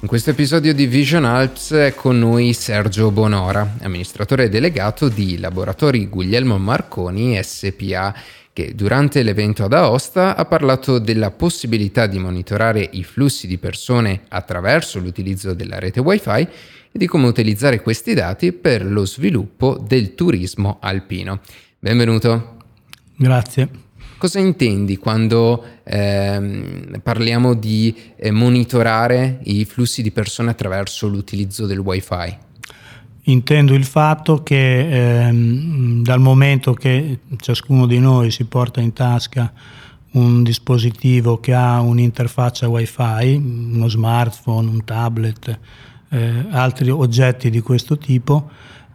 In questo episodio di Vision Alps è con noi Sergio Bonora, amministratore delegato di Laboratori Guglielmo Marconi SPA, che durante l'evento ad Aosta ha parlato della possibilità di monitorare i flussi di persone attraverso l'utilizzo della rete Wi-Fi e di come utilizzare questi dati per lo sviluppo del turismo alpino. Benvenuto. Grazie. Cosa intendi quando parliamo di monitorare i flussi di persone attraverso l'utilizzo del Wi-Fi? Intendo il fatto che dal momento che ciascuno di noi si porta in tasca un dispositivo che ha un'interfaccia Wi-Fi, uno smartphone, un tablet, altri oggetti di questo tipo,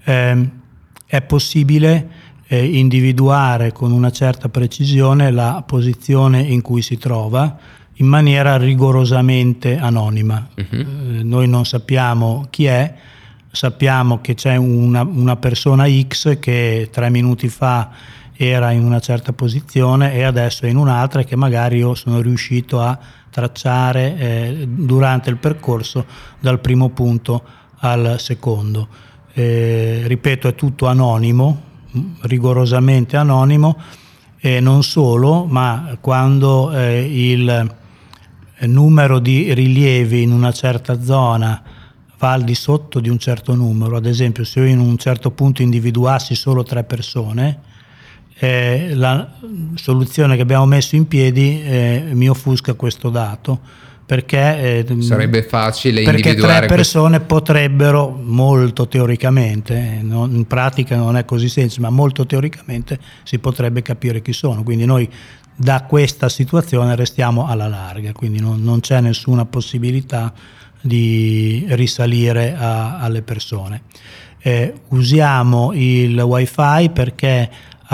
è possibile individuare con una certa precisione la posizione in cui si trova in maniera rigorosamente anonima. Noi non sappiamo chi è. Sappiamo che c'è una persona X che 3 minuti fa era in una certa posizione e adesso è in un'altra, che magari io sono riuscito a tracciare durante il percorso dal primo punto al secondo. Ripeto, è tutto anonimo, rigorosamente anonimo, e non solo, ma quando il numero di rilievi in una certa zona va al di sotto di un certo numero, ad esempio se io in un certo punto individuassi solo 3 persone, la soluzione che abbiamo messo in piedi mi offusca questo dato, perché sarebbe facile perché individuare 3 persone potrebbero, molto teoricamente, in pratica non è così semplice, ma molto teoricamente si potrebbe capire chi sono, quindi noi da questa situazione restiamo alla larga, quindi non c'è nessuna possibilità di risalire alle persone. Usiamo il Wi-Fi perché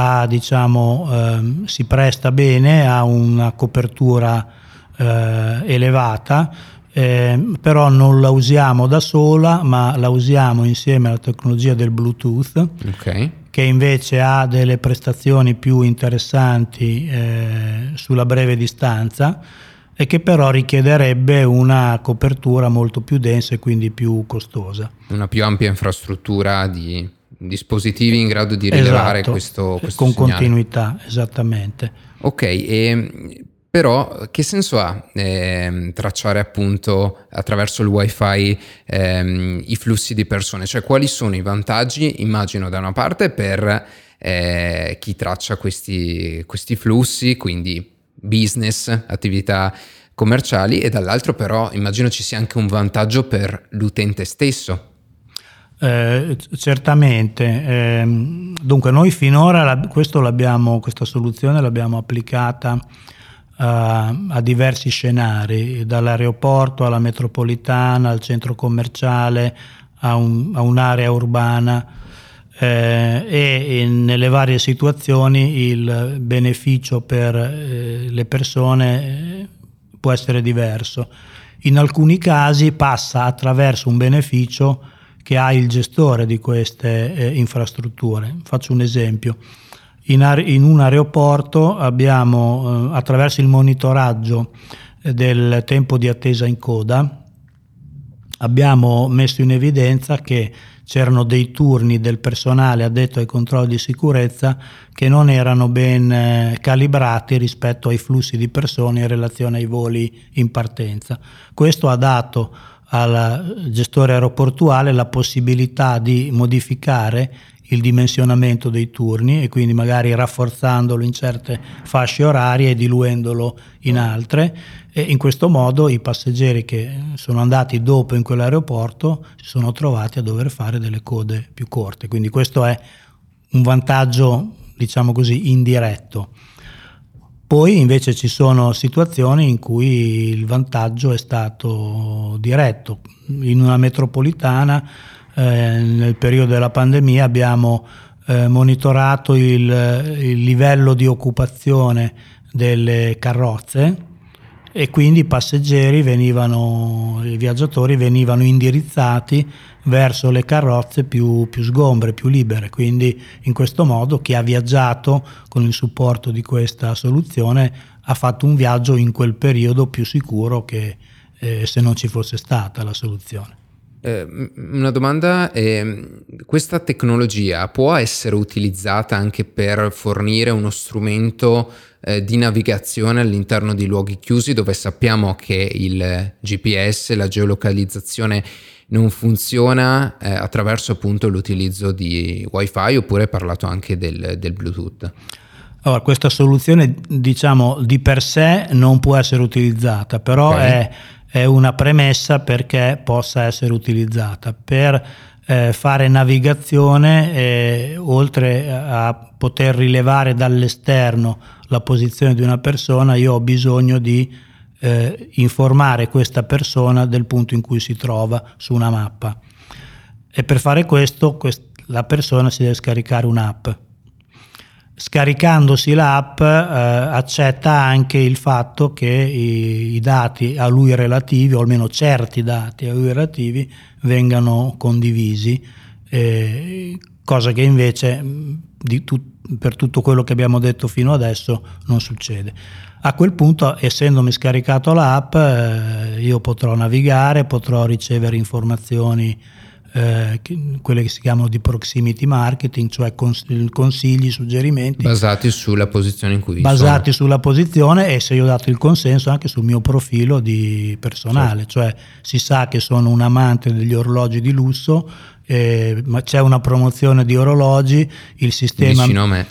si presta bene, ha una copertura elevata, però non la usiamo da sola, ma la usiamo insieme alla tecnologia del Bluetooth, che invece ha delle prestazioni più interessanti sulla breve distanza, e che però richiederebbe una copertura molto più densa e quindi più costosa. Una più ampia infrastruttura di dispositivi in grado di rilevare questo con segnale. Continuità, esattamente. Ok, però che senso ha tracciare appunto attraverso il Wi-Fi i flussi di persone? Cioè, quali sono i vantaggi, immagino, da una parte per chi traccia questi flussi, quindi business, attività commerciali, e dall'altro però immagino ci sia anche un vantaggio per l'utente stesso. Certamente. Dunque noi finora questa soluzione l'abbiamo applicata a diversi scenari, dall'aeroporto alla metropolitana, al centro commerciale, a un'area urbana, e nelle varie situazioni il beneficio per le persone può essere diverso. In alcuni casi passa attraverso un beneficio che ha il gestore di queste infrastrutture. Faccio un esempio. In un aeroporto abbiamo, attraverso il monitoraggio del tempo di attesa in coda, abbiamo messo in evidenza che c'erano dei turni del personale addetto ai controlli di sicurezza che non erano ben calibrati rispetto ai flussi di persone in relazione ai voli in partenza. Questo ha dato al gestore aeroportuale la possibilità di modificare il dimensionamento dei turni e quindi magari rafforzandolo in certe fasce orarie e diluendolo in altre, e in questo modo i passeggeri che sono andati dopo in quell'aeroporto si sono trovati a dover fare delle code più corte, quindi questo è un vantaggio, diciamo così, indiretto. Poi invece ci sono situazioni in cui il vantaggio è stato diretto. In una metropolitana nel periodo della pandemia abbiamo monitorato il livello di occupazione delle carrozze e quindi i viaggiatori venivano indirizzati verso le carrozze più sgombre, più libere. Quindi in questo modo chi ha viaggiato con il supporto di questa soluzione ha fatto un viaggio in quel periodo più sicuro che se non ci fosse stata la soluzione. Una domanda, questa tecnologia può essere utilizzata anche per fornire uno strumento di navigazione all'interno di luoghi chiusi dove sappiamo che il GPS, la geolocalizzazione non funziona, attraverso appunto l'utilizzo di Wi-Fi, oppure hai parlato anche del Bluetooth? Allora, questa soluzione, diciamo, di per sé non può essere utilizzata, però Okay. è una premessa perché possa essere utilizzata per fare navigazione, oltre a poter rilevare dall'esterno la posizione di una persona. Io ho bisogno di informare questa persona del punto in cui si trova su una mappa, e per fare questo la persona si deve scaricare un'app. Scaricandosi l'app accetta anche il fatto che i dati a lui relativi, o almeno certi dati a lui relativi, vengano condivisi, cosa che invece per tutto quello che abbiamo detto fino adesso non succede. A quel punto, essendomi scaricato l'app, io potrò navigare, potrò ricevere informazioni, quelle che si chiamano di proximity marketing, cioè consigli, suggerimenti Basati sulla posizione in cui basati sono. sulla posizione, e se io ho dato il consenso anche sul mio profilo di personale, Certo. cioè si sa che sono un amante degli orologi di lusso, ma c'è una promozione di orologi, il sistema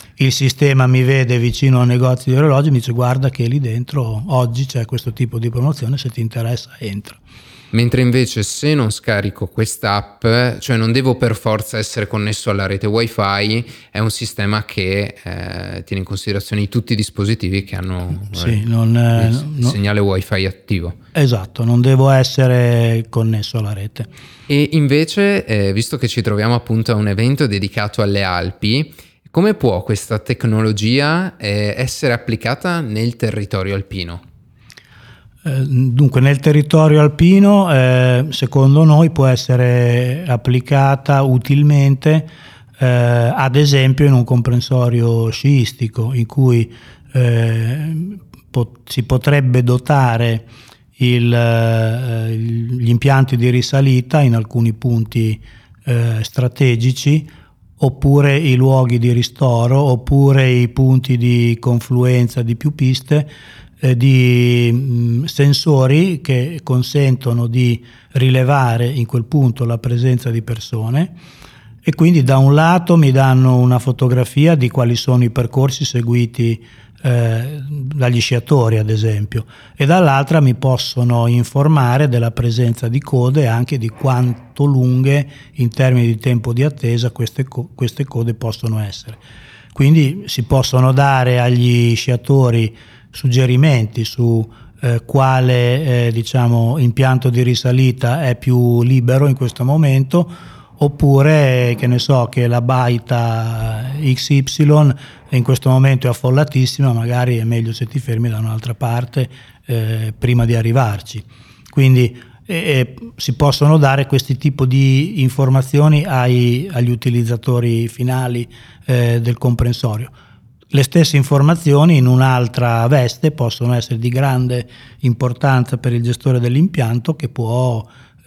mi vede vicino a un negozio di orologi, mi dice: guarda che lì dentro oggi c'è questo tipo di promozione, se ti interessa entra. Mentre invece se non scarico quest'app, cioè non devo per forza essere connesso alla rete Wi-Fi, è un sistema che tiene in considerazione tutti i dispositivi che hanno il segnale Wi-Fi attivo. Esatto, non devo essere connesso alla rete. E invece, visto che ci troviamo appunto a un evento dedicato alle Alpi, come può questa tecnologia essere applicata nel territorio alpino? Dunque, nel territorio alpino, secondo noi, può essere applicata utilmente, ad esempio in un comprensorio sciistico, in cui si potrebbe dotare gli impianti di risalita in alcuni punti strategici, oppure i luoghi di ristoro, oppure i punti di confluenza di più piste, di sensori che consentono di rilevare in quel punto la presenza di persone, e quindi da un lato mi danno una fotografia di quali sono i percorsi seguiti dagli sciatori, ad esempio, e dall'altra mi possono informare della presenza di code e anche di quanto lunghe in termini di tempo di attesa queste code possono essere. Quindi si possono dare agli sciatori suggerimenti su quale impianto di risalita è più libero in questo momento, oppure che ne so, che la baita XY in questo momento è affollatissima, magari è meglio se ti fermi da un'altra parte prima di arrivarci. Quindi si possono dare questi tipi di informazioni agli utilizzatori finali del comprensorio. Le stesse informazioni in un'altra veste possono essere di grande importanza per il gestore dell'impianto, che può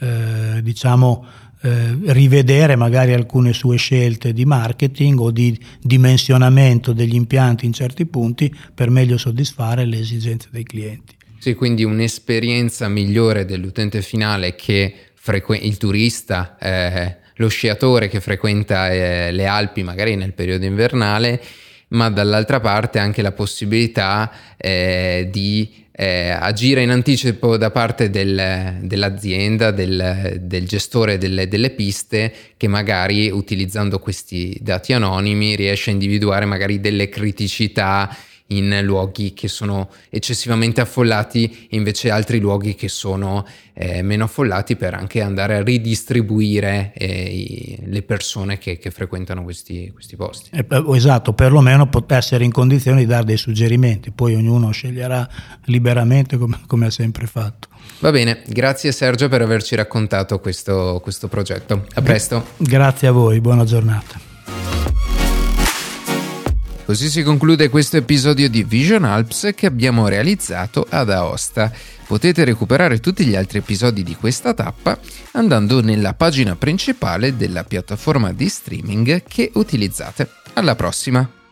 rivedere magari alcune sue scelte di marketing o di dimensionamento degli impianti in certi punti per meglio soddisfare le esigenze dei clienti. Sì, quindi un'esperienza migliore dell'utente finale, che il turista, lo sciatore che frequenta le Alpi magari nel periodo invernale, ma dall'altra parte anche la possibilità di agire in anticipo da parte dell'azienda, del gestore delle piste, che magari utilizzando questi dati anonimi riesce a individuare magari delle criticità in luoghi che sono eccessivamente affollati, invece altri luoghi che sono meno affollati, per anche andare a ridistribuire le persone che frequentano questi posti. Esatto, perlomeno essere in condizione di dare dei suggerimenti, poi ognuno sceglierà liberamente come ha sempre fatto. Va bene, grazie Sergio per averci raccontato questo progetto. A presto. Grazie a voi, buona giornata. Così si conclude questo episodio di Vision Alps che abbiamo realizzato ad Aosta. Potete recuperare tutti gli altri episodi di questa tappa andando nella pagina principale della piattaforma di streaming che utilizzate. Alla prossima!